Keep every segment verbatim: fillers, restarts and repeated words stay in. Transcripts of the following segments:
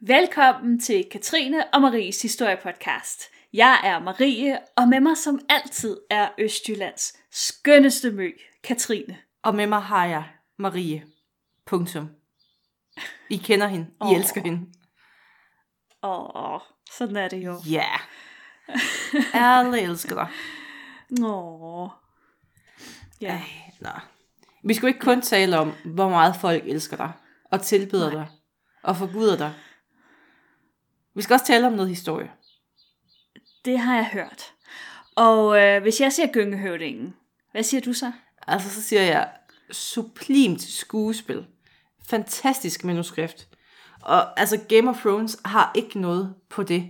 Velkommen til Katrine og Maries historiepodcast. Jeg er Marie, og med mig som altid er Østjyllands skønneste mø, Katrine. Og med mig har jeg Marie. Punktum. I kender hende. I oh. elsker hende. Åh, oh, sådan er det jo. Ja. Yeah. Alle elsker dig. Åh. Ja. Ej, nå. Vi skal jo ikke kun tale om, hvor meget folk elsker dig, og tilbeder Nej. dig, og forguder dig. Vi skal også tale om noget historie. Det har jeg hørt. Og øh, hvis jeg siger Gyngehøvdingen, hvad siger du så? Altså, så siger jeg sublimt skuespil. Fantastisk manuskript. Og altså, Game of Thrones har ikke noget på det.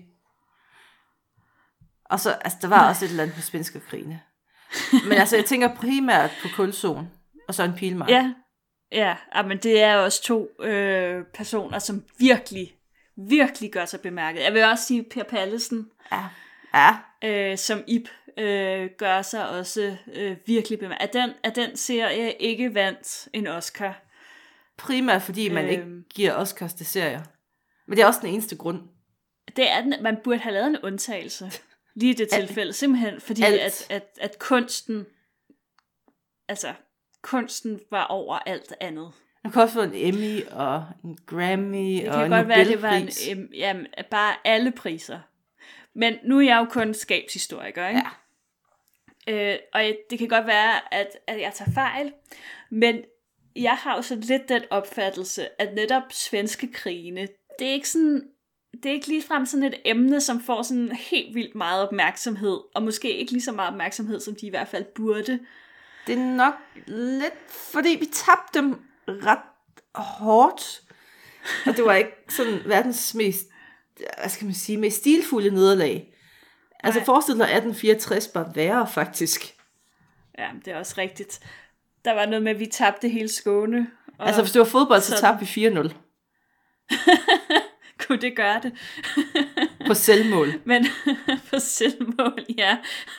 Og så, altså, der var Nej. også et eller andet på Svenskerkrigene. Men altså, jeg tænker primært på Kulsåen og Søren Pilmark. Ja, ja, men det er også to øh, personer, som virkelig, virkelig gør sig bemærket. Jeg vil også sige Per Pallesen, ja. Ja. Øh, som Ib øh, gør sig også øh, virkelig bemærket. At den, at den serie ikke vandt en Oscar. Primært fordi man øh, ikke giver Oscars til serier. Men det er også den eneste grund. Det er den, man burde have lavet en undtagelse. Lige i det tilfælde. Simpelthen fordi, at, at, at kunsten, altså, kunsten var over alt andet. Man kan også få en Emmy og en Grammy det og en Nobelpris. Det kan godt være, det var en, jamen, bare alle priser. Men nu er jeg jo kun skabshistoriker, ikke? Ja. Øh, og det kan godt være, at, at jeg tager fejl, men jeg har jo sådan lidt den opfattelse, at netop Svenskekrigene, det er ikke sådan, det er ikke ligefrem sådan et emne, som får sådan helt vildt meget opmærksomhed, og måske ikke lige så meget opmærksomhed, som de i hvert fald burde. Det er nok lidt, fordi vi tabte dem ret hårdt, og det var ikke sådan verdens mest, hvad skal man sige, mest stilfulde nederlag. Altså Nej. Forestil dig atten fireogtres bare værre, faktisk. Ja, det er også rigtigt. Der var noget med, at vi tabte hele Skåne. Og altså, hvis det var fodbold, så tabte vi fire nul. Kunne det gøre det? På selvmål. Men på selvmål, ja.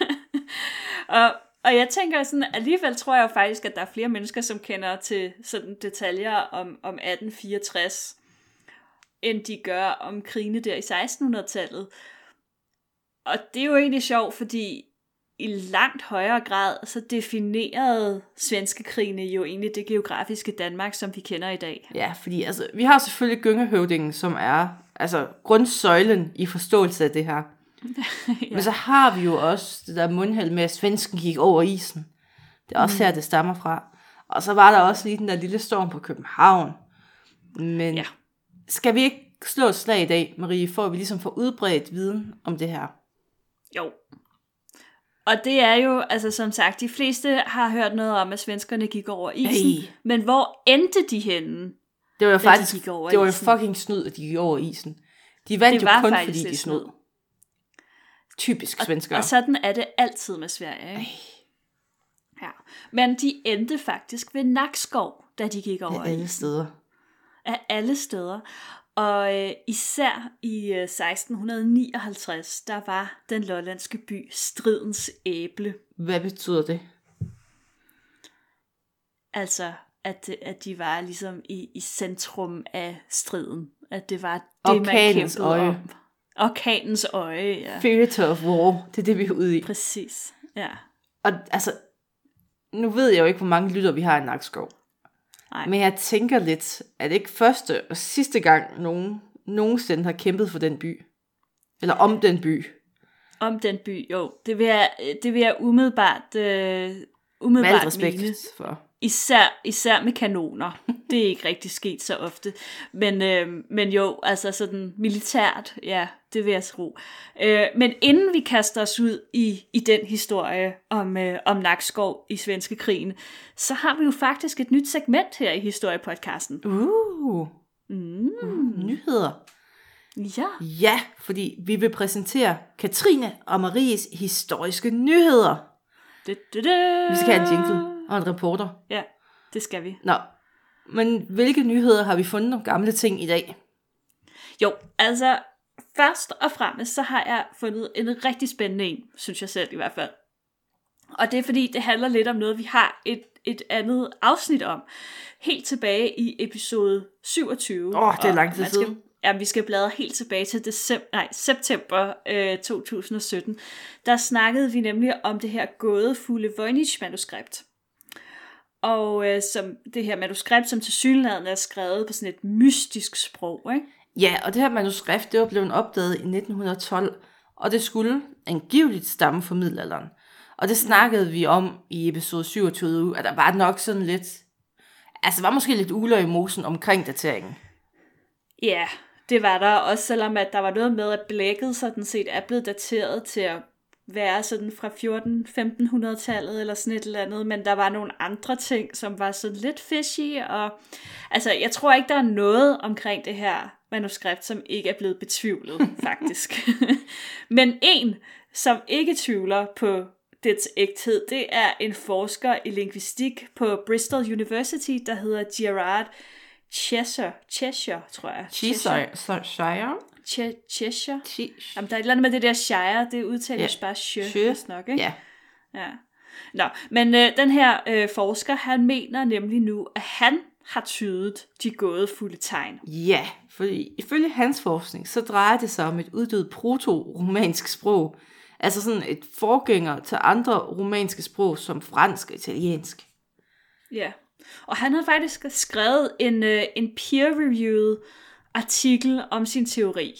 og, og jeg tænker sådan, alligevel tror jeg jo faktisk, at der er flere mennesker, som kender til sådan detaljer om, om atten fireogtres, end de gør om krigene der i sekstenhundredetallet. Og det er jo egentlig sjovt, fordi i langt højere grad, så definerede Svenskekrigene jo egentlig det geografiske Danmark, som vi kender i dag. Ja, fordi altså, vi har selvfølgelig Gyngehøvdingen, som er altså grundsøjlen i forståelse af det her. Ja. Men så har vi jo også det der mundheld med, at svensken gik over isen. Det er også mm. her, det stammer fra. Og så var der også lige den der lille storm på København. Men ja. Skal vi ikke slå et slag i dag, Marie, for at vi ligesom får udbredt viden om det her? Jo. Og det er jo, altså som sagt, de fleste har hørt noget om, at svenskerne gik over isen. Hey. Men hvor endte de henne? Det var jo faktisk, de det var jo fucking snyd, at de gik over isen. De vandt jo kun, fordi de snød. Typisk og, svenskere. Og sådan er det altid med Sverige, ikke? Ja. Men de endte faktisk ved Nakskov, da de gik over isen. Af alle isen. steder. Af alle steder. Og øh, især i øh, seksten nioghalvtreds, der var den lollandske by Stridens Æble. Hvad betyder det? Altså, at, at de var ligesom i, i centrum af striden. At det var det, Orkanens man kæmpede øje. om. Orkanens øje, ja. Theater of war, det er det, vi er ude i. Præcis, ja. Og altså, nu ved jeg jo ikke, hvor mange lytter vi har i Nakskov. Nej. Men jeg tænker lidt, at det ikke første og sidste gang nogen nogensinde har kæmpet for den by. Eller om den by. Om den by, jo. Det vil jeg, det vil jeg umiddelbart, øh, umiddelbart med alt respekt mene. For. Især, især med kanoner. Det er ikke rigtig sket så ofte. Men, øh, men jo, altså sådan militært, ja, det vil jeg tro. Øh, men inden vi kaster os ud i, i den historie om, øh, om Nakskov i Svenskekrigene, så har vi jo faktisk et nyt segment her i historiepodcasten. Uh, mm. uh nyheder. Ja. Ja, fordi vi vil præsentere Katrine og Maries historiske nyheder. Du, du, du. Vi skal have en jingle og en reporter. Ja, det skal vi. Nå, men hvilke nyheder har vi fundet om gamle ting i dag? Jo, altså først og fremmest så har jeg fundet en rigtig spændende en, synes jeg selv i hvert fald. Og det er fordi, det handler lidt om noget, vi har et, et andet afsnit om. Helt tilbage i episode syvogtyve. Åh, oh, det er lang tid siden. ja, vi skal bladre helt tilbage til december, nej, september øh, to tusind og sytten, der snakkede vi nemlig om det her gådefulde Voynich-manuskript. Og øh, som det her manuskript, som tilsyneladende er skrevet på sådan et mystisk sprog, ikke? Ja, og det her manuskript, det var blevet opdaget i nitten tolv, og det skulle angiveligt stamme fra middelalderen. Og det snakkede vi om i episode syvogtyve, at der var nok sådan lidt, altså var måske lidt uler i mosen omkring dateringen. Ja, det var der også, selvom at der var noget med, at blækket sådan set er blevet dateret til at være sådan fra fjorten femten hundrede-tallet eller sådan et eller andet, men der var nogle andre ting, som var sådan lidt fishy, og altså, jeg tror ikke, der er noget omkring det her manuskript, som ikke er blevet betvivlet, faktisk. Men en, som ikke tvivler på dets ægthed, det er en forsker i lingvistik på Bristol University, der hedder Gerard Cheshire, Cheshire, tror jeg. Cheshire? Cheshire? Ch- Cheshire? Jamen, der er et eller andet med det der shire, det udtales ja. bare shire, nok, ikke? Ja. Ja. Nå, men øh, den her øh, forsker, han mener nemlig nu, at han har tydet de gådefulde tegn. Ja, for ifølge hans forskning, så drejer det sig om et uddødt proto-romansk sprog, altså sådan et forgænger til andre romanske sprog, som fransk og italiensk. Ja, og han har faktisk skrevet en, øh, en peer-reviewed artikel om sin teori.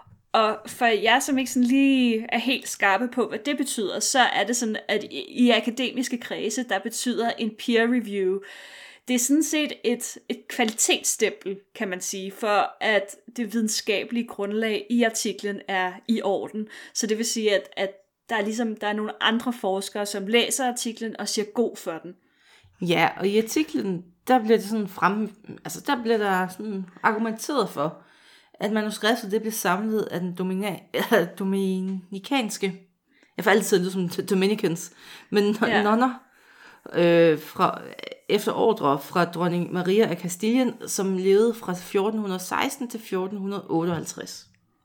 Og for jer, som ikke sådan lige er helt skarpe på, hvad det betyder, så er det sådan, at i, i akademiske kredse, der betyder en peer review, det er sådan set et, et kvalitetsstempel, kan man sige, for at det videnskabelige grundlag i artiklen er i orden. Så det vil sige, at, at der er ligesom der er nogle andre forskere, som læser artiklen og siger god for den. Ja, og i artiklen, der bliver det sådan frem, altså der bliver der sådan argumenteret for, at manuskriptet det blev samlet af den domina, eller dominikanske, jeg får altid lyde som Dominicans, men ja. nonner, øh, fra, efter ordre fra dronning Maria af Kastilien, som levede fra fjorten seksten til fjorten otteoghalvtreds.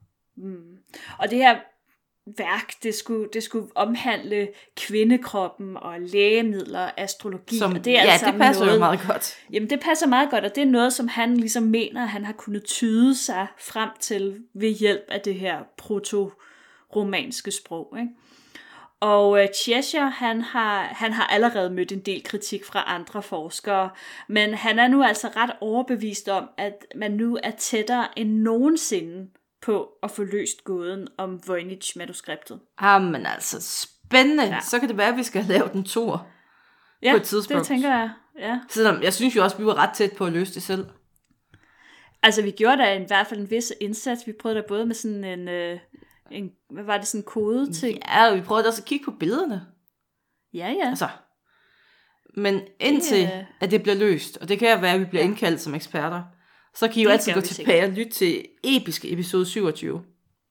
Mm. Og det her værk, det skulle, det skulle omhandle kvindekroppen og lægemidler, astrologi. Som, og det er ja, altså det passer noget, jo meget godt. Jamen, det passer meget godt, og det er noget, som han ligesom mener, at han har kunnet tyde sig frem til ved hjælp af det her proto-romanske sprog, ikke? Og uh, Cheshire, han har, han har allerede mødt en del kritik fra andre forskere, men han er nu altså ret overbevist om, at man nu er tættere end nogensinde på at få løst gåden om Voynich-manuskriptet. Jamen altså, spændende. Ja. Så kan det være, at vi skal lave den tur ja, på et tidspunkt. Det tænker jeg. Ja. Selvom jeg synes jo også, at vi var ret tæt på at løse det selv. Altså, vi gjorde da i hvert fald en vis indsats. Vi prøvede da både med sådan en, øh, en hvad var det, sådan en kode ting? Ja, og vi prøvede også at kigge på billederne. Ja, ja. Altså, men indtil, det, øh... at det bliver løst, og det kan være, at vi bliver indkaldt som eksperter, så kan I jo det altid gå tilbage og lytte til episke episode syvogtyve.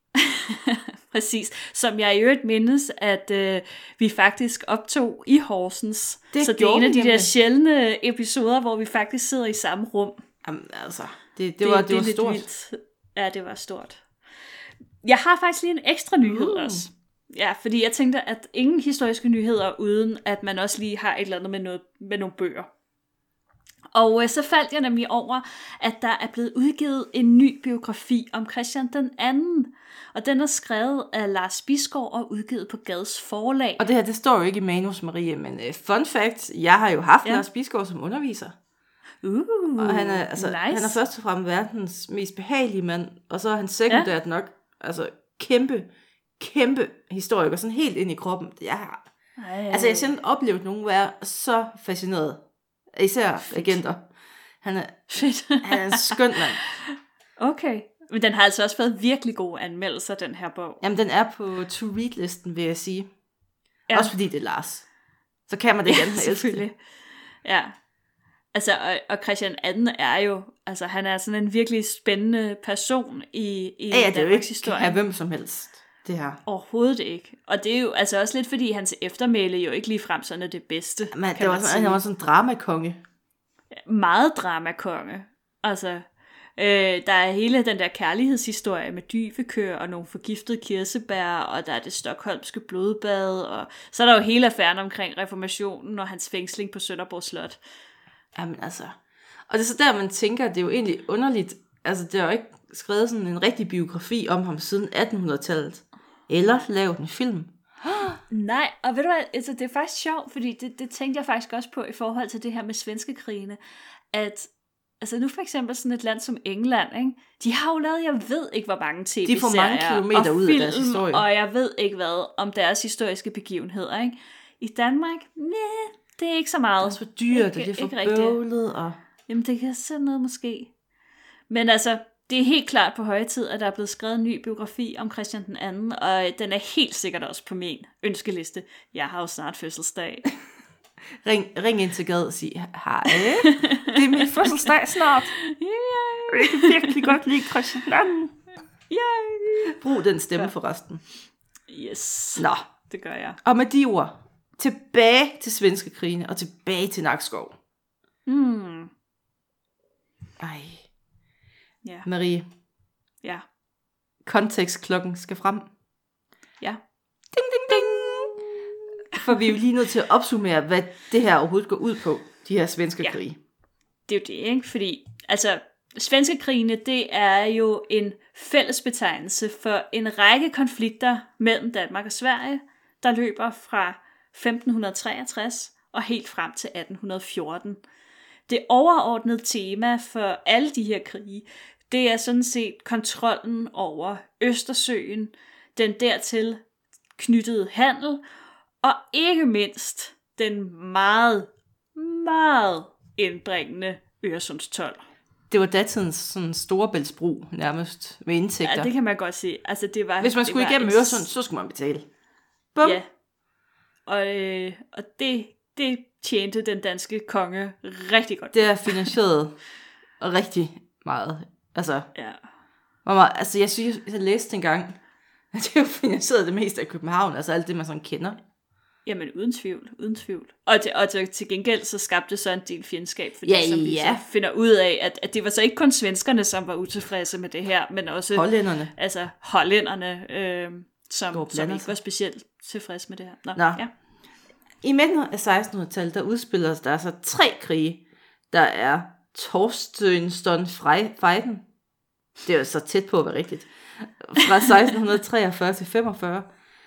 Præcis. Som jeg i øvrigt mindes, at øh, vi faktisk optog i Horsens. Det så det er en af de der sjældne episoder, hvor vi faktisk sidder i samme rum. Jamen altså, det, det, det var, det, det var stort. Vildt. Ja, det var stort. Jeg har faktisk lige en ekstra nyhed uh. også. Ja, fordi jeg tænkte, at ingen historiske nyheder, uden at man også lige har et eller andet med, noget, med nogle bøger. Og øh, så faldt jeg nemlig over, at der er blevet udgivet en ny biografi om Christian den anden. Og den er skrevet af Lars Bisgaard og udgivet på Gads Forlag. Og det her, det står jo ikke i manus, Marie, men uh, fun fact, jeg har jo haft ja. Lars Bisgaard som underviser. Uh, og han er, altså, nice. han er først og fremmest verdens mest behagelige mand, og så er han sekundært ja. nok, altså kæmpe, kæmpe historiker, sådan helt ind i kroppen. Jeg har, altså jeg har sjældent oplevet nogen være så fascineret. Især Fedt. agenter. Han er, Fedt. han er en skøn mand. Okay. Men den har altså også fået virkelig gode anmeldelser, den her bog. Jamen, den er på to-read-listen, vil jeg sige. Ja. Også fordi det er Lars. Så kan man det igen. Ja, selvfølgelig. Ja. Altså, og, og Christian anden er jo, altså han er sådan en virkelig spændende person i, i ja, ja, det er jo ikke historie. Have hvem som helst, det her. Overhovedet ikke. Og det er jo altså også lidt, fordi hans eftermæle jo ikke ligefrem sådan er det bedste. Men det var sådan, han var sådan en dramakonge. Meget dramakonge. Altså, øh, der er hele den der kærlighedshistorie med dyvekør og nogle forgiftede kirsebær, og der er det stokholmske blodbad, og så er der jo hele affæren omkring reformationen og hans fængsling på Sønderborg Slot. Jamen altså, og det er så der, man tænker, at det er jo egentlig underligt, altså det er jo ikke skrevet sådan en rigtig biografi om ham siden attenhundredetallet. Eller lavet en film. Nej, og ved du hvad, altså, det er faktisk sjovt, fordi det, det tænkte jeg faktisk også på i forhold til det her med svenskekrigene, at altså nu for eksempel sådan et land som England, ikke? De har jo lavet, jeg ved ikke hvor mange tv-serier De får mange kilometer ud af deres historie. Og jeg ved ikke hvad om deres historiske begivenheder, ikke? I Danmark, nej, det er ikke så meget. Det er for dyrt, og det er for bøvlet. Og... Jamen det kan sådan noget måske. Men altså, det er helt klart på høje tid, at der er blevet skrevet en ny biografi om Christian den anden, og den er helt sikkert også på min ønskeliste. Jeg har jo snart fødselsdag. ring, ring ind til Gad og sig, hej, det er min fødselsdag snart. Yeah. Jeg kan virkelig godt lide Christian den anden. Yeah. Brug den stemme forresten. Yes, Nå. Det gør jeg. Og med de ord, tilbage til svenskekrigene og tilbage til Nakskov. Hmm. Ej. Ja. Marie. Ja. Kontekstklokken skal frem. Ja. Ding, ding, ding. For vi er jo lige nødt til at opsummere, hvad det her overhovedet går ud på, de her svenske ja. krige. Det er jo det, ikke? Fordi, altså, svenske krigene, det er jo en fælles betegnelse for en række konflikter mellem Danmark og Sverige, der løber fra femten treogtres og helt frem til atten fjorten. Det overordnede tema for alle de her krige, det er sådan set kontrollen over Østersøen, den dertil knyttede handel, og ikke mindst den meget, meget indbringende Øresundstold. Det var datidens sådan storebæltsbro nærmest med indtægter. Ja, det kan man godt se. Altså, det var, Hvis man skulle igennem et... Øresund, så skulle man betale. Bum. Ja. Og, øh, og det, det tjente den danske konge rigtig godt. Det er finansieret rigtig meget. Altså, ja. meget, altså jeg synes, jeg læste engang, at det er jo finansieret det meste af København, altså alt det, man sådan kender. Jamen, uden tvivl, uden tvivl. Og, til, og til, til gengæld, så skabte det så en del fjendskab, fordi ja, som vi ja. så finder ud af, at, at det var så ikke kun svenskerne, som var utilfredse med det her, men også hollænderne, altså hollænderne, øh, som, som ikke var specielt tilfredse med det her. Nå, Nå. Ja. I midten af sekstenhundredetallet, der udspiller der altså tre krige. Der er Torstenssonfejden. Det er jo så tæt på at være rigtigt. Fra seksten treogfyrre til femogfyrre.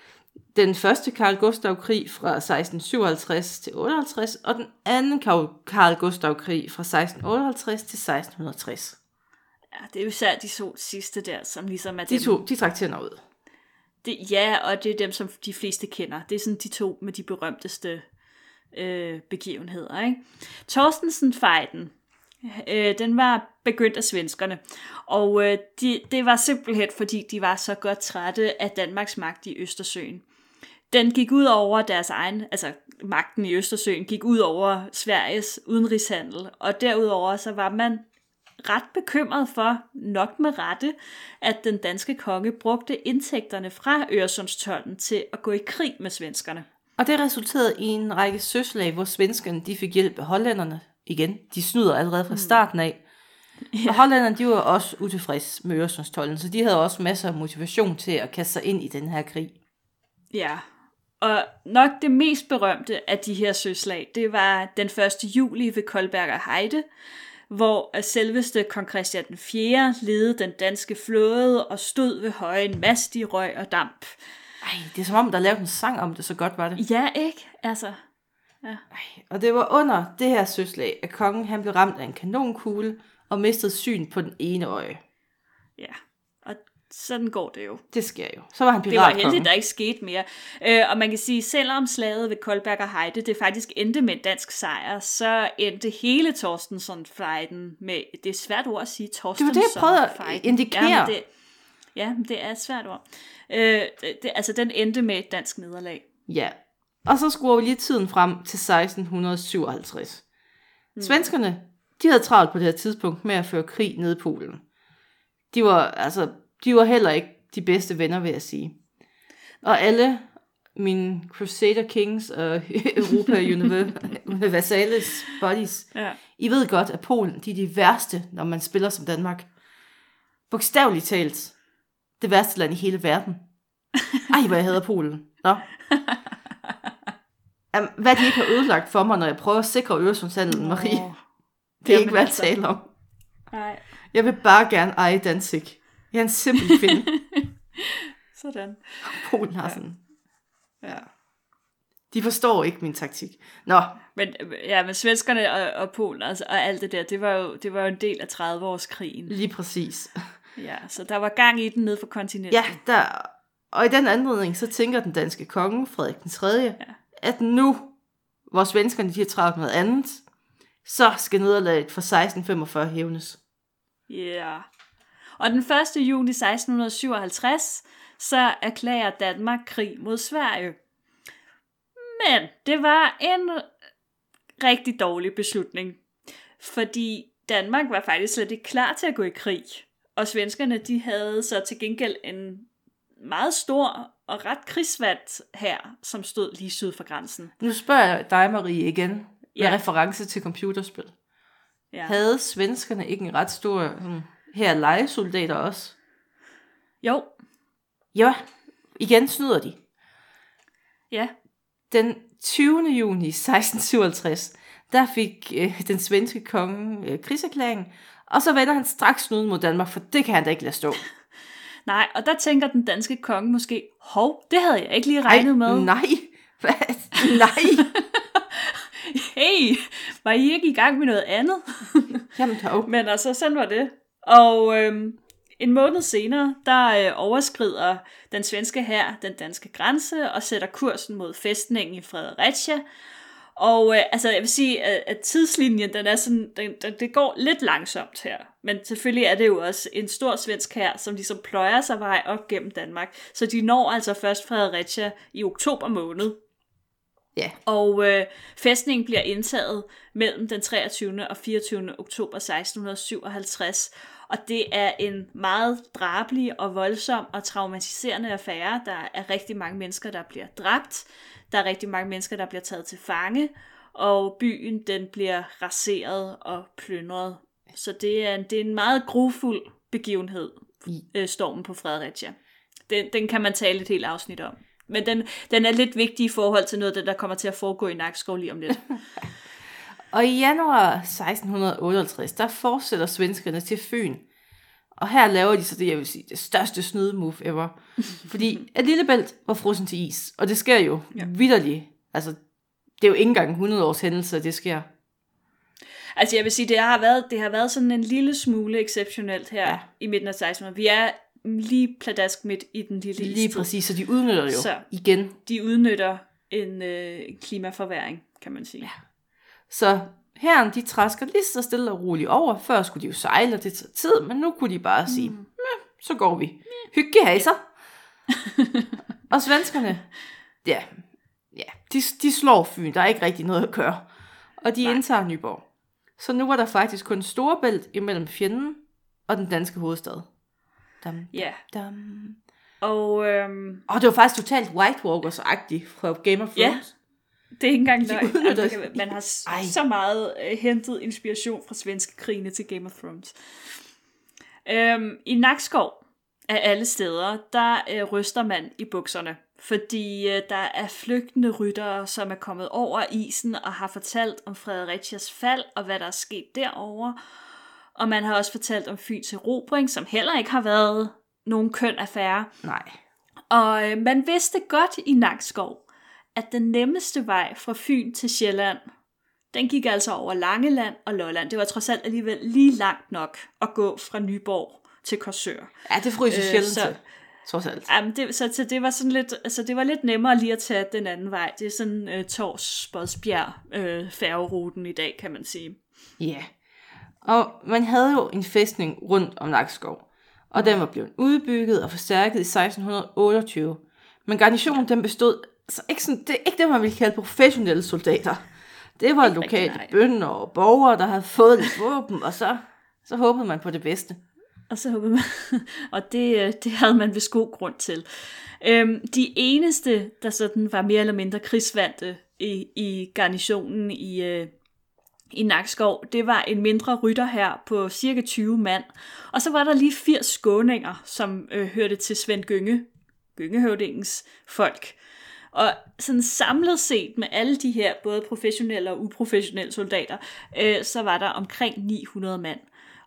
Den første Karl Gustav-krig fra seksten syvoghalvtreds til otteoghalvtreds, og den anden Karl Gustav-krig fra seksten otteoghalvtreds til seksten tres. Ja, det er jo især de to sidste der, som ligesom er de dem. To, de trak tænder ud. Det, ja, og det er dem, som de fleste kender. Det er sådan de to med de berømteste øh, begivenheder, ikke? Torstenssonfejden, øh, den var begyndt af svenskerne, og øh, de, det var simpelthen, fordi de var så godt trætte af Danmarks magt i Østersøen. Den gik ud over deres egen, altså magten i Østersøen gik ud over Sveriges udenrigshandel, og derudover så var man ret bekymret for, nok med rette, at den danske konge brugte indtægterne fra Øresundstolden til at gå i krig med svenskerne. Og det resulterede i en række søslag, hvor svenskerne de fik hjælp af hollænderne igen. De snyder allerede fra starten af. Ja. Og hollænderne de var også utilfredse med Øresundstolden, så de havde også masser af motivation til at kaste sig ind i den her krig. Ja, og nok det mest berømte af de her søslag, det var den første juli ved Kolberger Heide, hvor selveste kong Christian den fjerde ledede den danske flåde og stod ved højen mast i røg og damp. Ej, det er som om, der lavede en sang om det, så godt var det. Ja, ikke? Altså, ja. Ej, og det var under det her søslag, at kongen han blev ramt af en kanonkugle og mistede syn på den ene øje. Ja, og sådan går det jo. Det sker jo. Så var han piratkongen. Det var heldigt, der ikke skete mere. Øh, og man kan sige, selvom slaget ved Kolberger Heide, det faktisk endte med en dansk sejr, så endte hele Torstenssonfejden med, det er svært ord at sige, Torstenssonfejden. Det var det, jeg prøvede at indikere. Ja, det, ja, det er et svært ord. Øh, det, det, altså, den endte med et dansk nederlag. Ja, og så skruer vi lige tiden frem til seksten syvoghalvtreds. Hmm. Svenskerne, de havde travlt på det her tidspunkt med at føre krig ned i Polen. De var, altså, de var heller ikke de bedste venner, vil jeg sige. Og alle mine Crusader Kings og Europa Universalis buddies, ja. I ved godt, at Polen, de er de værste, når man spiller som Danmark. Bogstaveligt talt, det værste land i hele verden. Ej, hvor jeg hader Polen. Nå. Um, hvad de ikke har ødelagt for mig, når jeg prøver at sikre Øresundshandelen, Marie. Oh. Det er Jamen ikke, hvad jeg altså. taler om. Nej. Jeg vil bare gerne eje Danzig. Jeg er en simpel kvinde. Sådan. Polen har sådan. Ja. ja. De forstår ikke min taktik. Nå. Men, ja, men svenskerne og, og Polen altså, og alt det der, det var jo, det var jo en del af tredive-årskrigen. Lige præcis. Ja, så der var gang i den nede for kontinentet. Ja, der, og i den anledning, så tænker den danske konge, Frederik den tredje, ja. At nu, hvor svenskerne de har travlt med andet, så skal nederlaget for seksten femogfyrre hævnes. Ja. Yeah. Og den første juni seksten syvoghalvtreds, så erklærer Danmark krig mod Sverige. Men det var en rigtig dårlig beslutning, fordi Danmark var faktisk slet ikke klar til at gå i krig. Og svenskerne, de havde så til gengæld en meget stor og ret krigsvant her, som stod lige syd for grænsen. Nu spørger jeg dig, Marie, igen med ja. reference til computerspil. Ja. Havde svenskerne ikke en ret stor sådan, her lejesoldater også? Jo. Ja, igen snyder de. Ja. Den tyvende juni seksten syvoghalvtreds, der fik øh, den svenske konge øh, krigserklæring, og så vender han straks snyden mod Danmark, for det kan han da ikke lade stå. Nej, og der tænker den danske konge måske, hov, det havde jeg ikke lige regnet Ej, med. Nej, hvad? Nej. Hey, var I ikke i gang med noget andet? Jamen dog. Men altså, sådan var det. Og øhm, en måned senere, der øh, overskrider den svenske hær den danske grænse og sætter kursen mod fæstningen i Fredericia. Og øh, altså, jeg vil sige, at, at tidslinjen, den er sådan, den, den, det går lidt langsomt her. Men selvfølgelig er det jo også en stor svensk hær, som ligesom pløjer sig vej op gennem Danmark. Så de når altså først Fredericia i oktober måned. Ja. Og øh, fæstningen bliver indtaget mellem den treogtyvende og fireogtyvende oktober seksten syvoghalvtreds. Og det er en meget drabelig og voldsom og traumatiserende affære. Der er rigtig mange mennesker, der bliver dræbt. Der er rigtig mange mennesker, der bliver taget til fange. Og byen, den bliver raseret og plyndret. Så det er en, det er en meget grufuld begivenhed, øh, stormen på Fredericia. Den, den kan man tale et helt afsnit om. Men den, den er lidt vigtig i forhold til noget af det, der kommer til at foregå i Nakskov lige om lidt. Og i januar seksten otteoghalvtreds, der fortsætter svenskerne til Fyn. Og her laver de så det, jeg vil sige, det største snydemove ever. Fordi et Lillebælt var frossen til is. Og det sker jo ja. vitterligt. Altså, det er jo ikke engang hundrede års hændelse, det sker. Altså, jeg vil sige, det har været, det har været sådan en lille smule exceptionelt her ja. i midten af sekstenhundredet. Vi er lige pladask midt i den lille Lige istid. Præcis, så de udnytter det jo så igen. De udnytter en øh, klimaforværing, kan man sige. Ja. Så herren, de træsker lige så stille og roligt over. Før skulle de jo sejle, og det tager tid, men nu kunne de bare sige, mm. så går vi. Hygge her så. Og svenskerne, ja, ja de, de slår Fyn, der er ikke rigtig noget at gøre. Og de Nej. indtager Nyborg. Så nu var der faktisk kun Storebælt imellem fjenden og den danske hovedstad. Dam, ja. Dam. Og, øhm... og det var faktisk totalt White Walkers-agtigt fra Game of Thrones. Ja, det er ikke engang løgn. Altså, man har Ej. så meget øh, hentet inspiration fra svenske krigene til Game of Thrones. Øhm, I Nakskov af alle steder, der øh, ryster man i bukserne. Fordi øh, der er flygtende ryttere, som er kommet over isen og har fortalt om Fredericias fald og hvad der er sket derovre. Og man har også fortalt om Fyns erobring, som heller ikke har været nogen køn affære. Nej. Og øh, man vidste godt i Nakskov, at den nemmeste vej fra Fyn til Sjælland, den gik altså over Langeland og Lolland. Det var trods alt alligevel lige langt nok at gå fra Nyborg til Korsør. Ja, det fryser øh, Sjælland til. Trods alt. Jamen det, så, så det var sådan lidt, altså det var lidt nemmere lige at tage den anden vej. Det er sådan uh, Tors Bodsbjerg øh, færgeruten i dag, kan man sige. Ja. Yeah. Og man havde jo en fæstning rundt om Nakskov, og den var blevet udbygget og forstærket i seksten otteogtyve. Men garnisonen, den bestod, altså ikke sådan, det er ikke det, man ville kalde professionelle soldater. Det var lokale bønder og borgere, der havde fået lidt våben, og så, så håbede man på det bedste. Og så håbede man, og det, det havde man vist god grund til. Øhm, de eneste, der sådan var mere eller mindre krigsvante i, i garnisonen i, øh, i Nakskov, det var en mindre rytter her på cirka tyve mand. Og så var der lige firs skåninger, som øh, hørte til Svend Gynge, Gyngehøvdingens folk. Og sådan samlet set med alle de her, både professionelle og uprofessionelle soldater, øh, så var der omkring ni hundrede mand.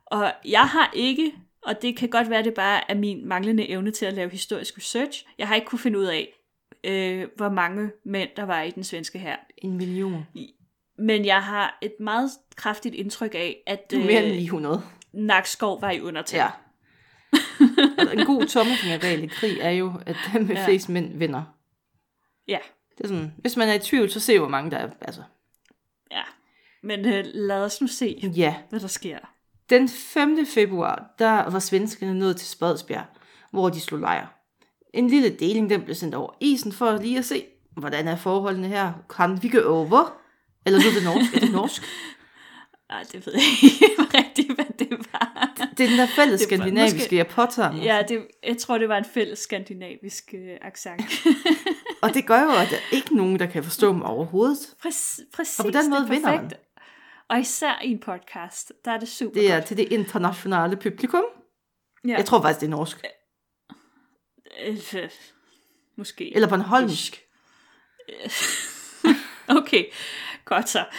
Og jeg har ikke, og det kan godt være, det bare er min manglende evne til at lave historisk research, jeg har ikke kunne finde ud af, øh, hvor mange mænd der var i den svenske hær. En million. Men jeg har et meget kraftigt indtryk af, at øh, mere end ni hundrede. Nakskov var i undertal. Ja. Altså, en god tommelfingerregel i krig er jo, at dem med ja. flest mænd vinder. Ja. Det er sådan, hvis man er i tvivl, så se hvor mange der er. Altså. Ja, men øh, lad os nu se, ja. hvad der sker. Den femte februar, der var svenskerne nået til Spadsbjerg, hvor de slog lejr. En lille deling, den blev sendt over isen for lige at se, hvordan er forholdene her. Kan vi gå over? Eller så er det norsk? Er det norsk? Ej, det ved jeg ikke rigtigt, hvad det var. Det er den der fælles skandinaviske, måske, jeg påtager mig. Ja, det, jeg tror, det var en fælles skandinavisk øh, accent. Og det gør jo, at der er ikke nogen, der kan forstå mig overhovedet. Præcis, præcis. Og på den måde vinder man. Og især i en podcast, der er det super Det er godt. til det internationale publikum. Ja. Jeg tror faktisk, det er norsk. Øh, øh, måske. Eller bornholmsk. Okay, godt så.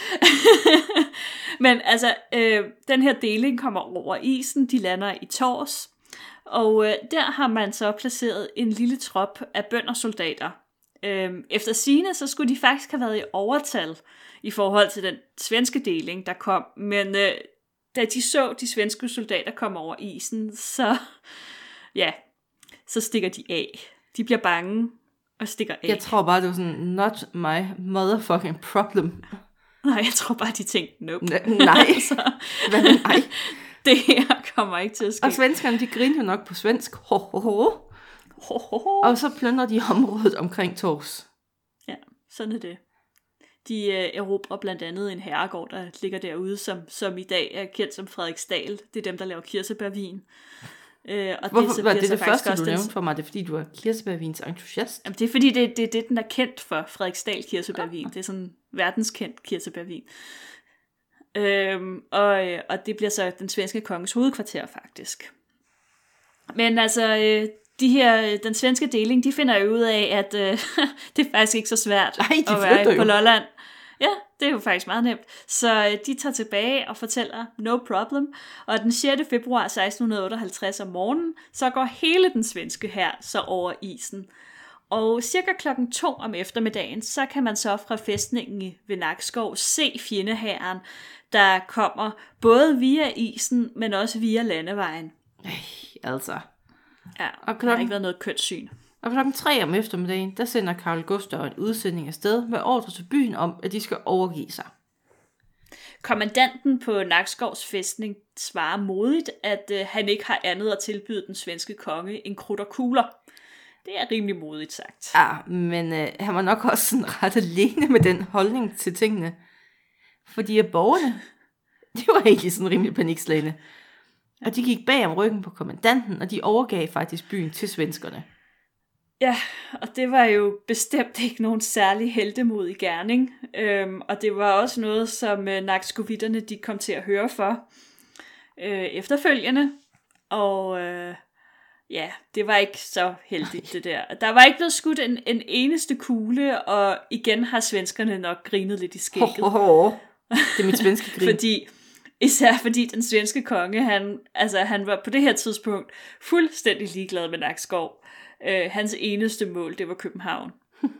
Men altså, øh, den her deling kommer over isen, de lander i Tårs, og øh, der har man så placeret en lille trop af bøndersoldater. Øh, efter sigende, så skulle de faktisk have været i overtal i forhold til den svenske deling, der kom, men øh, da de så de svenske soldater komme over isen, så, ja, så stikker de af. De bliver bange og stikker af. Jeg tror bare, det var sådan, not my motherfucking problem. Nej, jeg tror bare, de tænkte, nope. N- nej, så, hvad med nej? Det her kommer ikke til at ske. Og svenskerne, de griner jo nok på svensk. Ho, ho, ho. Ho, ho, ho. Og så plønder de området omkring Tårs. Ja, sådan er det. De øh, erobrer blandt andet en herregård, der ligger derude, som, som i dag er kendt som Frederiksdal. Det er dem, der laver kirsebærvin. Øh, og Hvorfor det, var det det første, du nævnte for mig? Det er, fordi du er kirsebærvins entusiast? Jamen, det er, fordi det, det, det den er kendt for, Frederiksdal kirsebærvin. Det er sådan verdenskendt kirsebærvin. Øhm, og, og det bliver så den svenske konges hovedkvarter, faktisk. Men altså, øh, de her, den svenske deling, de finder jo ud af, at øh, det er faktisk ikke så svært Ej, de at være jo. på Lolland. Ja, det er jo faktisk meget nemt. Så øh, de tager tilbage og fortæller, no problem. Og den sjette februar seksten otteoghalvtreds om morgenen, så går hele den svenske hær så over isen. Og cirka klokken to om eftermiddagen, så kan man så fra fæstningen ved Nakskov se fjendehæren, der kommer både via isen, men også via landevejen. Ej, altså. Ja, og klokken... der har ikke været noget kønt syn. Og klokken tre om eftermiddagen, der sender Carl Gustaf en udsending afsted med ordre til byen om, at de skal overgive sig. Kommandanten på Nakskovs fæstning svarer modigt, at øh, han ikke har andet at tilbyde den svenske konge end krudt og kugler. Det er rimelig modigt sagt. Ja, men øh, han var nok også sådan ret alene med den holdning til tingene. Fordi at borgerne, de var egentlig sådan rimelig panikslagende. Og de gik bag om ryggen på kommandanten, og de overgav faktisk byen til svenskerne. Ja, og det var jo bestemt ikke nogen særlig heltemodig gerning. Øhm, og det var også noget, som øh, nakskovitterne de kom til at høre for øh, efterfølgende. Og øh, ja, det var ikke så heldigt det der. Der var ikke blevet skudt en, en eneste kugle, og igen har svenskerne nok grinet lidt i skægget. Ho, ho, ho. Det er mit svenske grin. fordi, især fordi den svenske konge, han, altså, han var på det her tidspunkt fuldstændig ligeglad med Nakskov. Uh, hans eneste mål, det var København.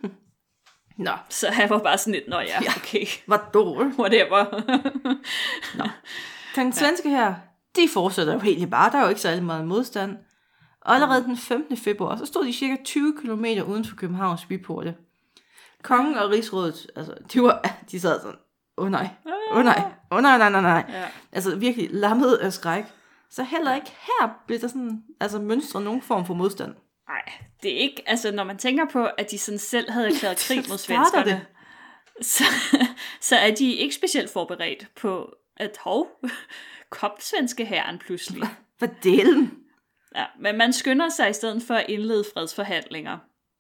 Nå. Så han var bare sådan lidt, nå ja, okay. Hvor dårligt. Whatever. Nå. Den svenske her, de fortsætter jo helt bare. Der er jo ikke særlig meget modstand. Og allerede den femtende februar, så stod de cirka tyve kilometer uden for Københavns byporte. Kongen og rigsrådet, altså, de, var, de sad sådan, åh oh, nej, åh oh, nej, åh oh, nej, nej, nej, nej. Ja. Altså virkelig lammet af skræk. Så heller ikke her blev der sådan, altså mønstret nogen form for modstand. Nej, det er ikke, altså når man tænker på, at de sådan selv havde erklæret krig mod svenskerne, så, så er de ikke specielt forberedt på, at hov, kom svenske hæren pludselig. Hvad delen? Ja, men man skynder sig i stedet for at indlede fredsforhandlinger.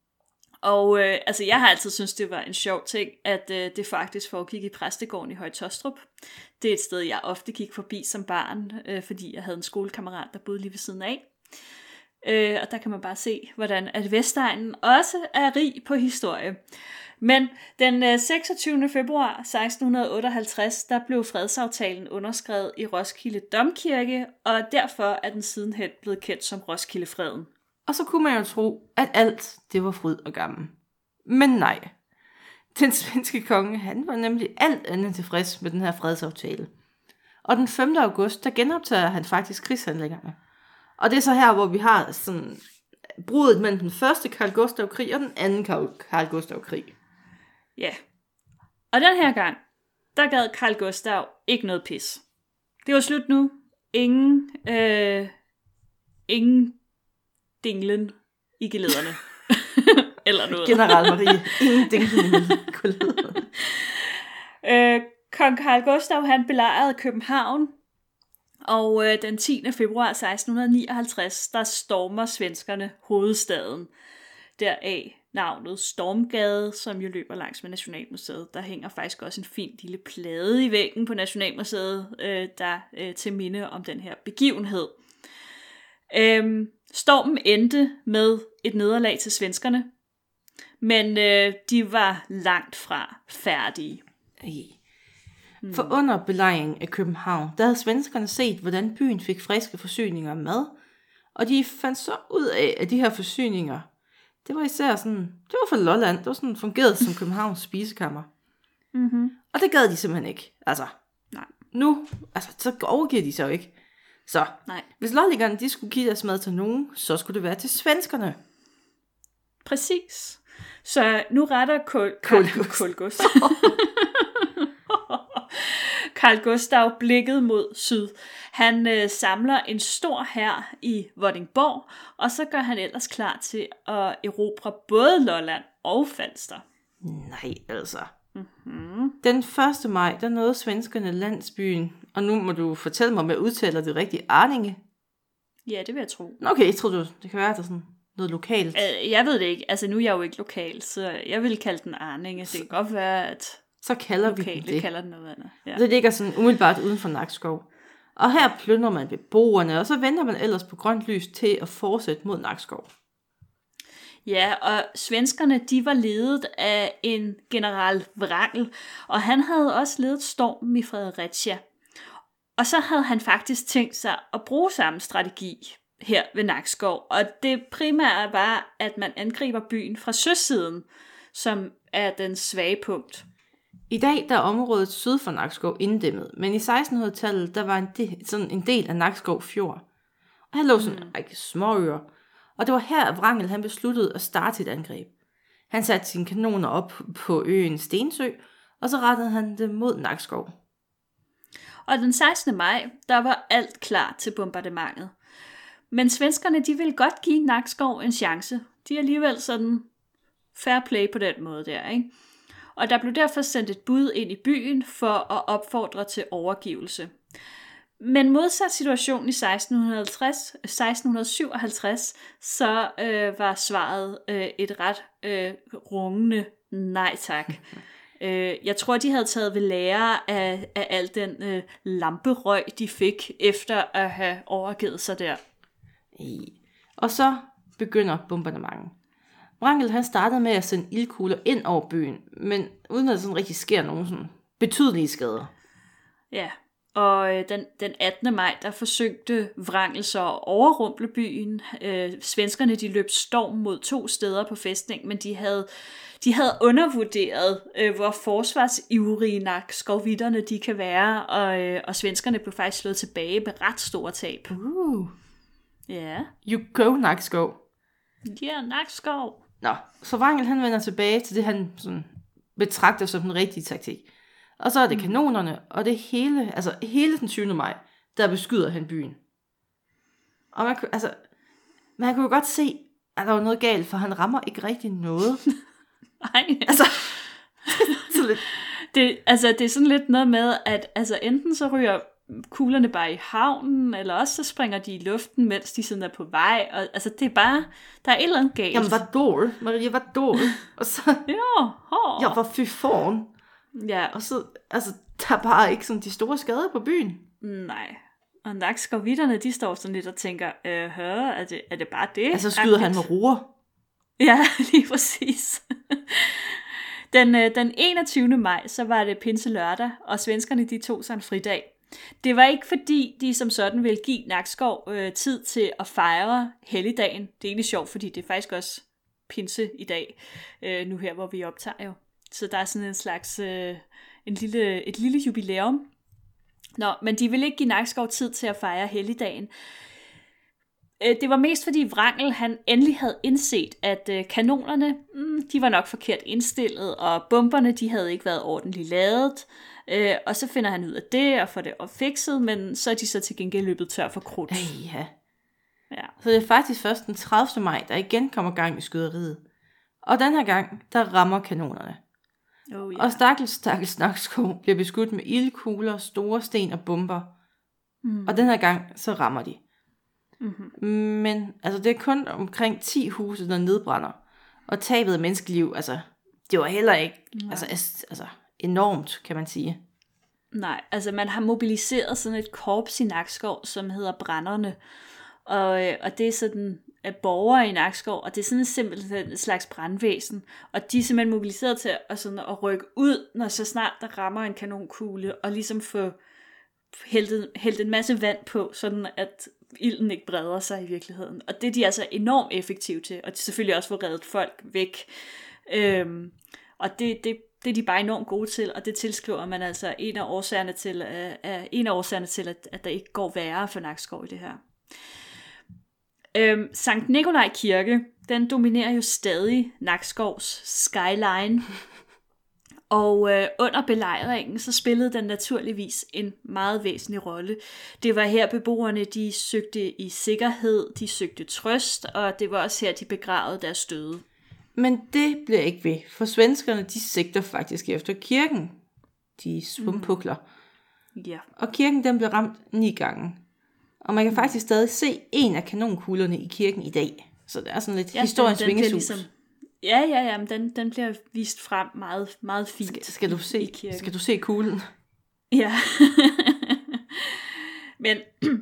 Og øh, altså jeg har altid syntes, det var en sjov ting, at øh, det faktisk foregik i præstegården i Høje Taastrup. Det er et sted, jeg ofte gik forbi som barn, øh, fordi jeg havde en skolekammerat, der boede lige ved siden af. Øh, og der kan man bare se, hvordan at Vestegnen også er rig på historie. Men den seksogtyvende februar seksten otteoghalvtreds, der blev fredsaftalen underskrevet i Roskilde Domkirke, og derfor er den sidenhen blevet kendt som Roskildefreden. Og så kunne man jo tro, at alt det var fryd og gammel. Men nej. Den svenske konge, han var nemlig alt andet tilfreds med den her fredsaftale. Og den femte august, der genoptager han faktisk krigshandlingerne. Og det er så her, hvor vi har sådan brudet mellem den første Carl Gustav-krig og den anden Carl Gustav-krig. Ja. Og den her gang, der gad Carl Gustav ikke noget pis. Det var slut nu. Ingen, øh, ingen dinglen i gelederne. Eller noget. General Marie. Ingen dinglen i gelederne. øh, Kong Carl Gustav, han belejrede København, og øh, den tiende februar seksten nioghalvtreds, der stormer svenskerne hovedstaden. Deraf navnet Stormgade, som jo løber langs med Nationalmuseet. Der hænger faktisk også en fin lille plade i væggen på Nationalmuseet, øh, der øh, til minde om den her begivenhed. Øhm, stormen endte med et nederlag til svenskerne, men øh, de var langt fra færdige. Hmm. For under belejringen af København, der havde svenskerne set, hvordan byen fik friske forsyninger af mad, og de fandt så ud af, at de her forsyninger, det var især sådan, det var fra Lolland, det var sådan fungeret som Københavns spisekammer. Mm-hmm. Og det gad de simpelthen ikke. Altså, nej. Nu, altså, så overgiver de sig jo ikke. Så, nej. Hvis lolligerne, de skulle give deres mad til nogen, så skulle det være til svenskerne. Præcis. Så nu retter Kål... Kål Gustav. Carl Gustav blikket mod syd. Han øh, samler en stor hær i Vordingborg, og så gør han ellers klar til at erobre både Lolland og Falster. Nej, altså. Mm-hmm. Den første maj, der nåede svenskerne landsbyen, og nu må du fortælle mig, om jeg udtaler det rigtige, Arninge. Ja, det vil jeg tro. Okay, jeg tror du, det kan være, der er sådan noget lokalt. Øh, jeg ved det ikke. Altså, nu er jeg jo ikke lokal, så jeg vil kalde den Arninge. Det kan godt være, at så kalder vi lokale det. kalder den noget andet. Ja. Det ligger sådan umiddelbart uden for Nakskov. Og her plyndrer man beboerne, og så venter man ellers på grønt lys til at fortsætte mod Nakskov. Ja, og svenskerne, de var ledet af en general Wrangel, og han havde også ledet stormen i Fredericia. Og så havde han faktisk tænkt sig at bruge samme strategi her ved Nakskov, og det primære var, at man angriber byen fra søsiden, som er den svage punkt. I dag der er området syd for Nakskov inddæmmet, men i sekstenhundredetallet der var en del, sådan en del af Nakskov Fjord. Og her lå sådan mm. en række småøer, og det var her, at Wrangel han besluttede at starte et angreb. Han satte sine kanoner op på øen Stensø, og så rettede han dem mod Nakskov. Og den sekstende maj, der var alt klar til bombardementet. Men svenskerne, de ville godt give Nakskov en chance. De er alligevel sådan fair play på den måde der, ikke? Og der blev derfor sendt et bud ind i byen for at opfordre til overgivelse. Men modsat situationen i seksten syvoghalvtreds, så øh, var svaret øh, et ret øh, rungende nej tak. øh, jeg tror, de havde taget ved lære af, af al den øh, lamperøg, de fik efter at have overgivet sig der. Og så begynder bombardementet. Wrangel han startede med at sende ildkugler ind over byen, men uden at der sådan rigtig sker nogen sådan betydelige skader. Ja, og øh, den, den attende maj, der forsøgte Wrangel så at overrumple byen. Øh, svenskerne, de løb storm mod to steder på fæstningen, men de havde, de havde undervurderet, øh, hvor forsvarsivrige nakskovvitterne de kan være, og, øh, og svenskerne blev faktisk slået tilbage med ret store tab. Uh. Ja. You go, Nakskov. Ja, yeah, Nakskov. Nå, så Wrangel han vender tilbage til det, han sådan betragter som den rigtige taktik. Og så er det mm. kanonerne, og det hele, altså hele den tyvende maj, der beskyder han byen. Og man, altså, man kunne jo godt se, at der var noget galt, for han rammer ikke rigtig noget. Nej. Altså, så lidt. Det, altså, det er sådan lidt noget med, at altså, enten så ryger kuglerne bare i havnen, eller også så springer de i luften, mens de sådan er på vej. Og, altså, det er bare, der er et eller andet galt. Jamen, hvad dårlig? Maria, hvad dårlig? Og så, ja, hår. Jeg var fy foran. Ja. Og så, altså, der er bare ikke sådan de store skader på byen. Nej. Og Nakskov-vitterne, de står sådan lidt og tænker, øh, hør, er det, er det bare det? Altså skyder han med roer. Ja, lige præcis. Den, øh, den enogtyvende maj, så var det pinselørdag, og svenskerne de tog sig en fridag. Det var ikke fordi, de som sådan ville give Nakskov øh, tid til at fejre helligdagen. Det er egentlig sjovt, fordi det er faktisk også pinse i dag, øh, nu her, hvor vi optager jo. Så der er sådan en slags, øh, en lille, et lille jubilæum. Nå, men de ville ikke give Nakskov tid til at fejre helligdagen. Det var mest fordi Wrangel han endelig havde indset, at kanonerne, de var nok forkert indstillet, og bomberne, de havde ikke været ordentligt lavet. Og så finder han ud af det, og får det fikset, men så er de så til gengæld løbet tør for krudt. Ej, ja. Ja. Så det er faktisk først den tredivte maj, der igen kommer gang i skyderiet. Og den her gang, der rammer kanonerne. Oh, yeah. Og stakkels, stakkels Nakskov bliver beskudt med ildkugler, store sten og bomber. Mm. Og den her gang, så rammer de. Mm-hmm. Men altså, det er kun omkring ti huse, der nedbrænder. Og tabet af menneskeliv, altså, det var heller ikke altså, altså, enormt, kan man sige. Nej, altså man har mobiliseret sådan et korps i Nakskov, som hedder Brænderne. Og, og det er sådan af borgere i Nakskov, og det er sådan simpelthen et slags brandvæsen. Og de er simpelthen mobiliseret til at, sådan, at rykke ud, når så snart der rammer en kanonkugle, og ligesom få hældt, hældt en masse vand på, sådan at ilden ikke breder sig i virkeligheden. Og det er de altså enormt effektive til, og de selvfølgelig også får reddet folk væk. Øhm, og det, det, det er de bare enormt gode til, og det tilskriver man altså en af årsagerne til, uh, en af årsagerne til at, at der ikke går værre for Nakskov i det her. Øhm, Sankt Nikolaj Kirke, den dominerer jo stadig Nakskovs skyline. Og øh, under belejringen, så spillede den naturligvis en meget væsentlig rolle. Det var her beboerne, de søgte i sikkerhed, de søgte trøst, og det var også her, de begravede deres døde. Men det bliver ikke ved, for svenskerne, de sigter faktisk efter kirken. De svumpukler. Mm. Ja. Og kirken, den blev ramt ni gange. Og man kan faktisk stadig se en af kanonkuglerne i kirken i dag. Så det er sådan lidt ja, historiens vingesus. Ligesom, ja, ja, ja, men den, den bliver vist frem meget, meget fint. Skal, skal, du se, skal du se kuglen? Ja. Men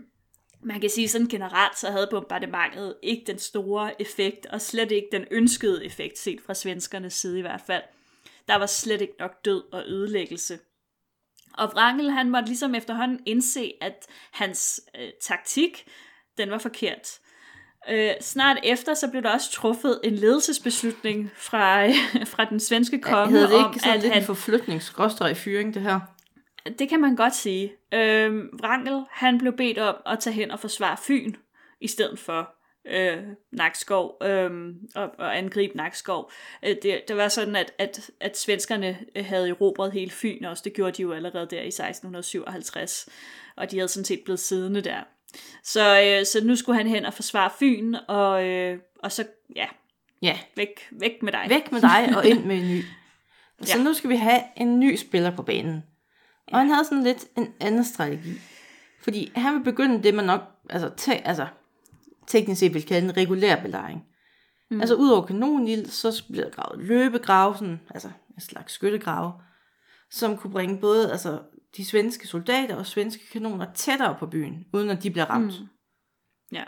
man kan sige sådan generelt, så havde bombardementet ikke den store effekt, og slet ikke den ønskede effekt, set fra svenskernes side i hvert fald. Der var slet ikke nok død og ødelæggelse. Og Wrangel, han måtte ligesom efterhånden indse, at hans øh, taktik, den var forkert. Øh, snart efter, så blev der også truffet en ledelsesbeslutning fra, øh, fra den svenske konge. Ja, det om, ikke sådan at lidt han, en forflytningsgråstreg fyring, det her? Det kan man godt sige. Øh, Wrangel, han blev bedt om at tage hen og forsvare Fyn, i stedet for øh, Nakskov, øh, og, og angribe Nakskov. Øh, det, det var sådan, at, at, at svenskerne havde erobret hele Fyn også. Det gjorde de jo allerede der i seksten syvoghalvtreds, og de havde sådan set blevet siddende der. Så, øh, så nu skulle han hen og forsvare Fyn, og, øh, og så, ja, ja. Væk, væk med dig. Væk med dig og ind med en ny. Så ja. Nu skal vi have en ny spiller på banen. Og ja. Han havde sådan lidt en anden strategi. Fordi han vil begynde det, man nok altså, te, altså, teknisk set vil kalde en regulær belejring. Mm. Altså ud over kanonild, så bliver der gravet løbegrave, sådan, altså en slags skyttegrave, som kunne bringe både altså, de svenske soldater og svenske kanoner tættere på byen, uden at de bliver ramt. Mm. Ja.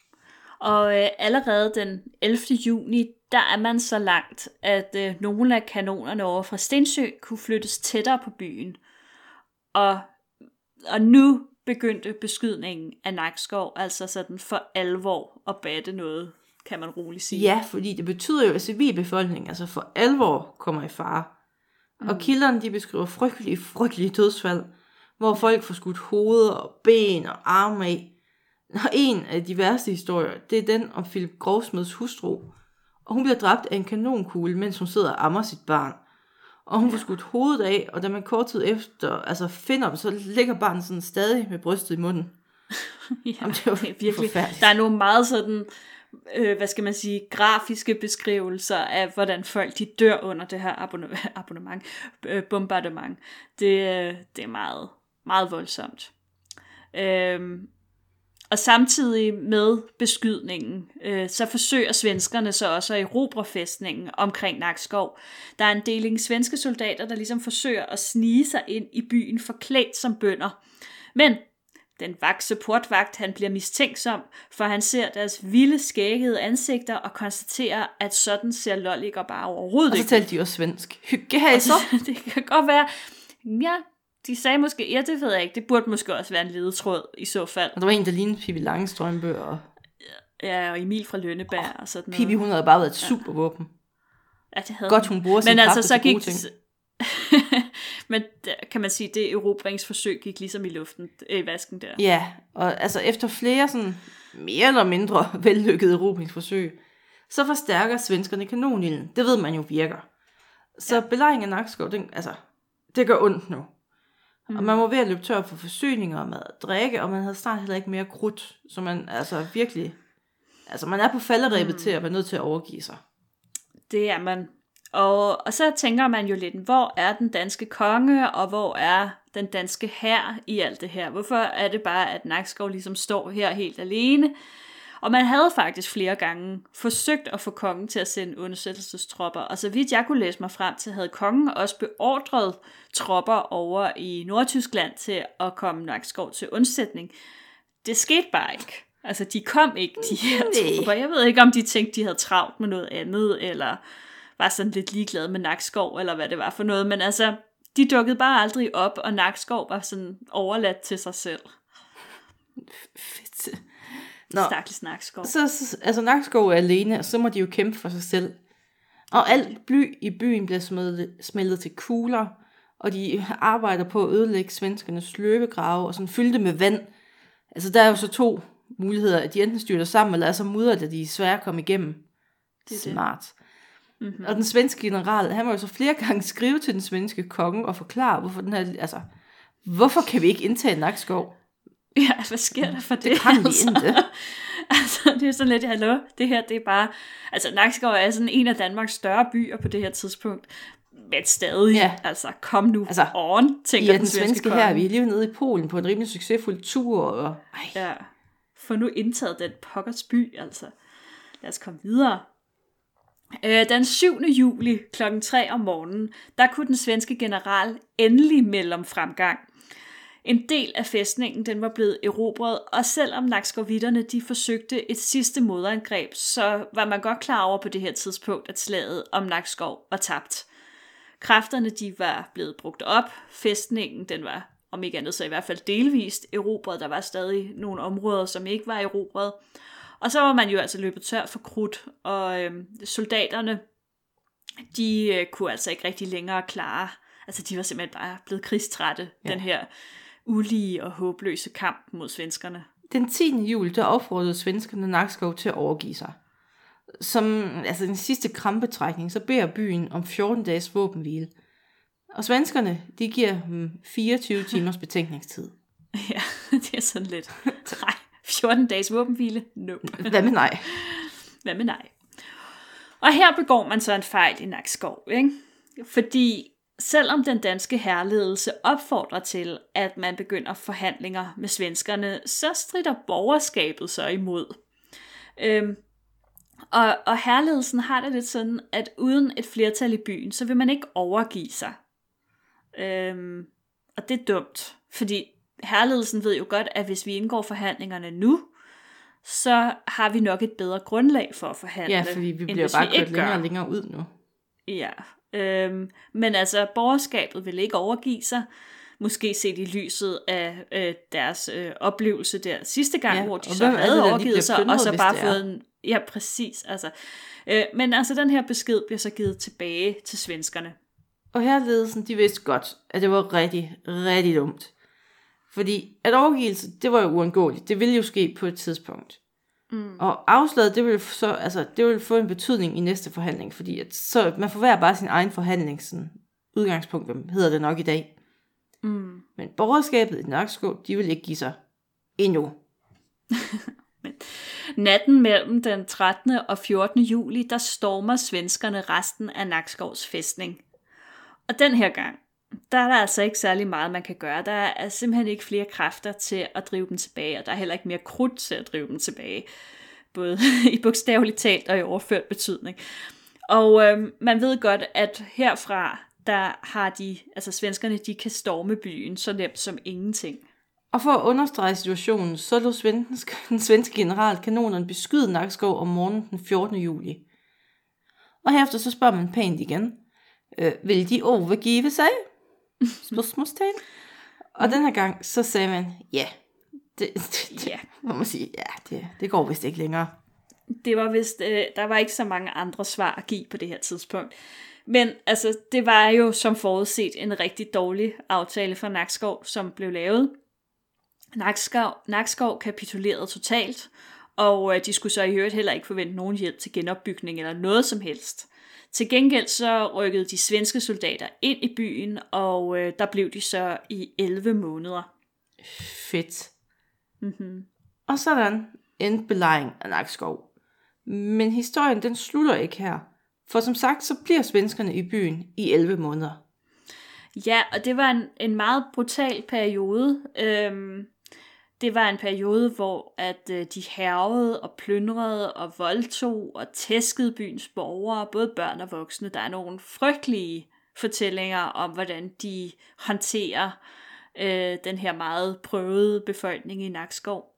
Og øh, allerede den ellevte juni, der er man så langt, at øh, nogle af kanonerne over fra Stensø kunne flyttes tættere på byen. Og, og nu begyndte beskydningen af Nakskov, altså sådan for alvor at batte noget, kan man roligt sige. Ja, fordi det betyder jo, at civilbefolkningen altså for alvor kommer i fare. Mm. Og kilderne, de beskriver frygtelige, frygtelige dødsfald, hvor folk får skudt hoveder og ben og arme af. Og en af de værste historier, det er den om Philip Grovsmeds hustru. Og hun bliver dræbt af en kanonkugle, mens hun sidder og ammer sit barn. Og hun får skudt hovedet af, og da man kort tid efter altså finder dem, så ligger barnet sådan stadig med brystet i munden. Ja, Jamen, det, det er virkelig forfærdeligt. Der er nogle meget sådan, øh, hvad skal man sige, grafiske beskrivelser af, hvordan folk de dør under det her abonnement, abonnement øh, bombardement. Det, det er meget, meget voldsomt. Øhm, Og samtidig med beskydningen, øh, så forsøger svenskerne så også at erobre fæstningen omkring Nakskov. Der er en deling svenske soldater, der ligesom forsøger at snige sig ind i byen forklædt som bønder. Men den vakse portvagt, han bliver mistænksom, for han ser deres vilde, skæggede ansigter og konstaterer, at sådan ser lolliker bare overhovedet ikke. Og så talte de også svensk. Hygge her så. Det kan godt være, ja, de sagde måske, ja, det ved jeg ikke, det burde måske også være en ledetråd i så fald. Og der var en, der lignede Pippi Langstrømpe og... Ja, og Emil fra Lønneberg oh, og sådan noget. Pippi, hun havde bare været et supervåben. Ja, det havde godt, hun bruger sin Men kraft altså, så til gode gik... ting. Men der, kan man sige, det erobringsforsøg gik ligesom i luften, i vasken der. Ja, og altså efter flere sådan mere eller mindre vellykkede erobringsforsøg, så forstærker svenskerne kanonilden. Det ved man jo virker. Så ja. Belejringen af Nakskov, den, altså, det gør ondt nu. Mm. Og man må ved at løbe tør for forsyninger og mad og drikke, og man havde snart heller ikke mere krudt. Så man altså virkelig, altså man er på falderebet mm. til at være nødt til at overgive sig. Det er man. Og, og så tænker man jo lidt, hvor er den danske konge, og hvor er den danske hær i alt det her? Hvorfor er det bare, at Nakskov ligesom står her helt alene? Og man havde faktisk flere gange forsøgt at få kongen til at sende undsættelsestropper, og så vidt jeg kunne læse mig frem til, havde kongen også beordret tropper over i Nordtyskland til at komme Nakskov til undsætning. Det skete bare ikke. Altså, de kom ikke, de her tropper. Jeg ved ikke, om de tænkte, de havde travlt med noget andet, eller var sådan lidt ligeglade med Nakskov, eller hvad det var for noget. Men altså, de dukkede bare aldrig op, og Nakskov var sådan overladt til sig selv. Fedt. Stakkels Nakskov. Så, så, altså Nakskov er alene, og så må de jo kæmpe for sig selv. Og alt bly i byen bliver smeltet, smeltet til kugler, og de arbejder på at ødelægge svenskernes løbegrave, og sådan fylde det med vand. Altså der er jo så to muligheder, at de enten styrter sammen, eller er så mudder, at de er svære at komme igennem. Det er smart. Det. Mm-hmm. Og den svenske general, han må jo så flere gange skrive til den svenske konge og forklare, hvorfor den her, altså, hvorfor kan vi ikke indtage Nakskov? Ja, hvad sker der for det? Det kan vi altså? ikke. Altså, det er sådan lidt, hallo, det her, det er bare, altså Nakskov er sådan en af Danmarks større byer på det her tidspunkt, men stadig, ja. altså, kom nu altså, on, tænker den, den svenske, svenske her, vi er lige nede i Polen på en rimelig succesfuld tur, og ej. Ja, få nu indtaget den pokkers by, altså. Lad os komme videre. Øh, den syvende juli klokken tre om morgenen, der kunne den svenske general endelig melde om fremgang. En del af fæstningen, den var blevet erobret, og selvom nakskovitterne, de forsøgte et sidste modangreb, så var man godt klar over på det her tidspunkt, at slaget om Nakskov var tabt. Kræfterne, de var blevet brugt op. Fæstningen, den var, om ikke andet så i hvert fald delvist erobret. Der var stadig nogle områder, som ikke var erobret. Og så var man jo altså løbet tør for krudt, og øhm, soldaterne, de øh, kunne altså ikke rigtig længere klare. Altså de var simpelthen bare blevet krigstrætte, ja. Den her ulige og håbløse kamp mod svenskerne. Den tiende juli, der opfordrede svenskerne Nakskov til at overgive sig. Som altså den sidste krampetrækning, så beder byen om fjorten dages våbenhvile. Og svenskerne, de giver dem fireogtyve timers betænkningstid. Ja, det er sådan lidt. Nej, fjorten dages våbenhvile? Nope. Hvad med nej? Hvad med nej? Og her begår man så en fejl i Nakskov, ikke? Fordi selvom den danske hærledelse opfordrer til, at man begynder forhandlinger med svenskerne, så strider borgerskabet så imod. Øhm, og, og hærledelsen har det lidt sådan, at uden et flertal i byen, så vil man ikke overgive sig. Øhm, og det er dumt, fordi hærledelsen ved jo godt, at hvis vi indgår forhandlingerne nu, så har vi nok et bedre grundlag for at forhandle. Ja, fordi vi bliver bare kørt længere og længere ud nu. Ja, øhm, men altså borgerskabet vil ikke overgive sig, måske set i lyset af øh, deres øh, oplevelse der sidste gang, ja, hvor de så havde det, overgivet de sig, og så bare fået en, ja præcis, altså, øh, men altså den her besked bliver så givet tilbage til svenskerne. Og hærledelsen, de vidste godt, at det var rigtig, rigtig dumt. Fordi at overgivelse, det var jo uundgåeligt. Det ville jo ske på et tidspunkt. Mm. Og afslaget, det ville, så, altså, det ville få en betydning i næste forhandling. Fordi at, så man forværrer bare sin egen forhandling. Sådan, udgangspunkt hedder det nok i dag. Mm. Men borgerskabet i Nakskov, de vil ikke give sig endnu. Men natten mellem den trettende og fjortende juli, der stormer svenskerne resten af Nakskovs fæstning. Og den her gang, der er der altså ikke særlig meget, man kan gøre. Der er simpelthen ikke flere kræfter til at drive dem tilbage, og der er heller ikke mere krudt til at drive dem tilbage. Både i bogstaveligt talt og i overført betydning. Og øh, man ved godt, at herfra, der har de, altså svenskerne, de kan storme byen så nemt som ingenting. Og for at understrege situationen, så lod svensk, den svenske general kanonerne beskyde Nakskov om morgenen den fjortende juli. Og herefter så spørger man pænt igen, øh, vil de overgive sig? Spørgsmålstegn. Og den her gang, så sagde man, ja, det, det, det Ja. må man sige, ja, det, det går vist ikke længere. Det var vist, øh, der var ikke så mange andre svar at give på det her tidspunkt. Men altså, det var jo som forudset en rigtig dårlig aftale for Nakskov, som blev lavet. Nakskov, Nakskov kapitulerede totalt, og øh, de skulle så i øvrigt heller ikke forvente nogen hjælp til genopbygning eller noget som helst. Til gengæld så rykkede de svenske soldater ind i byen, og øh, der blev de så i elleve måneder. Fedt. Mm-hmm. Og sådan endte belejringen af Nakskov. Men historien den slutter ikke her. For som sagt, så bliver svenskerne i byen i elleve måneder. Ja, og det var en, en meget brutal periode. Øhm, det var en periode, hvor at øh, de hærgede og plyndrede og voldtog og tæskede byens borgere, både børn og voksne. Der er nogle frygtelige fortællinger om, hvordan de håndterer øh, den her meget prøvede befolkning i Nakskov.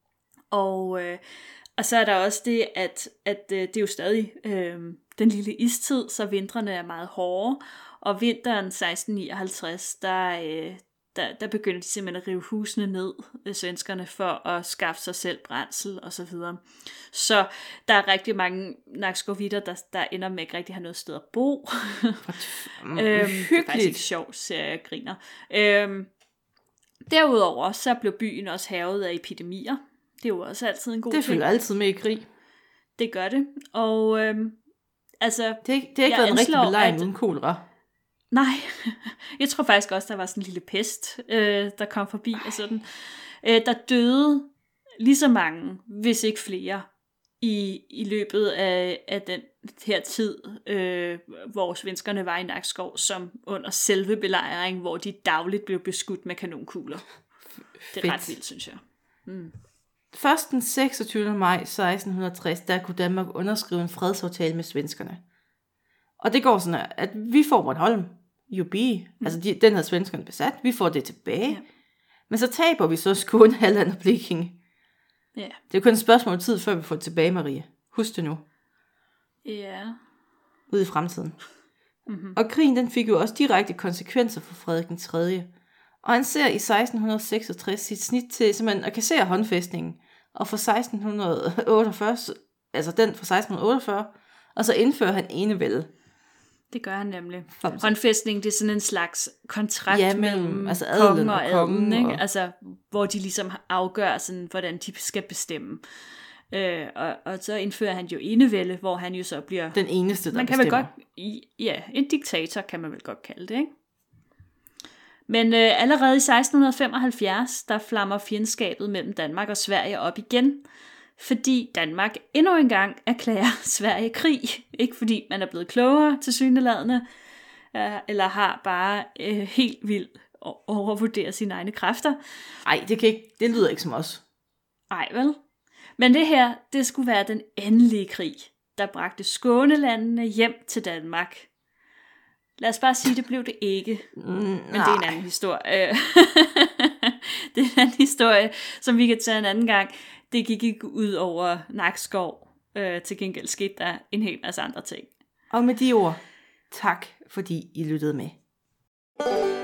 Og, øh, og så er der også det, at, at øh, det er jo stadig øh, den lille istid, så vintrene er meget hårde. Og vinteren seksten nioghalvtreds, der, øh, der, der begynder de simpelthen at rive husene ned, øh, svenskerne, for at skaffe sig selv brændsel og så videre. Så der er rigtig mange nakskovitter, der, der ender med ikke rigtig have noget sted at bo. øhm, det er faktisk ikke sjovt, så jeg griner. Øhm, derudover så blev byen også hærget af epidemier. Det er jo også altid en god ting. Det følger altid med i krig. Det gør det. Og øhm, altså... Det, er, det har ikke været en rigtig belejring uden kolera. Nej, jeg tror faktisk også, der var sådan en lille pest, øh, der kom forbi og sådan. Øh, der døde lige så mange, hvis ikke flere, i, i løbet af, af den her tid, øh, hvor svenskerne var i Nakskov, som under selve belejring, hvor de dagligt blev beskudt med kanonkugler. Det er ret vildt, synes jeg. Mm. Først den seksogtyvende maj seksten tres, der kunne Danmark underskrive en fredsaftale med svenskerne. Og det går sådan, at vi får Bornholm, jubi, mm. altså de, den havde svenskerne besat, vi får det tilbage. Ja. Men så taber vi så Skåne, Halland og Blekinge. Ja. Det er jo kun et spørgsmål tid, før vi får det tilbage, Marie. Husk det nu. Ja. Ude i fremtiden. Mm-hmm. Og krigen den fik jo også direkte konsekvenser for Frederik den tredje. Og han ser i seksten seksogtres sit snit til simpelthen at kassere håndfæstningen. Og for seksten otteogfyrre, altså den fra seksten otteogfyrre, og så indfører han enevælde. Det gør han nemlig. Håndfæstning, det er sådan en slags kontrakt ja, mellem, mellem altså kongen og, og kongen. Ikke? Og... Altså, hvor de ligesom afgør, sådan, hvordan de skal bestemme. Øh, og, og så indfører han jo enevælde, hvor han jo så bliver... Den eneste, der man kan bestemmer. Vel godt, ja, en diktator kan man vel godt kalde det, ikke? Men øh, allerede i seksten femoghalvfjerds, der flammer fjendskabet mellem Danmark og Sverige op igen, fordi Danmark endnu engang erklærer Sverige krig. Ikke fordi man er blevet klogere tilsyneladende, øh, eller har bare øh, helt vildt overvurderet sine egne kræfter. Nej, det, kan ikke, det lyder ikke som os. Nej, vel? Men det her, det skulle være den endelige krig, der bragte Skånelandene hjem til Danmark. Lad os bare sige, det blev det ikke. Mm, Men det er en anden historie. Det er en anden historie, som vi kan tage en anden gang. Det gik ikke ud over Nakskov. Øh, til gengæld skete der en hel masse andre ting. Og med de ord, tak fordi I lyttede med.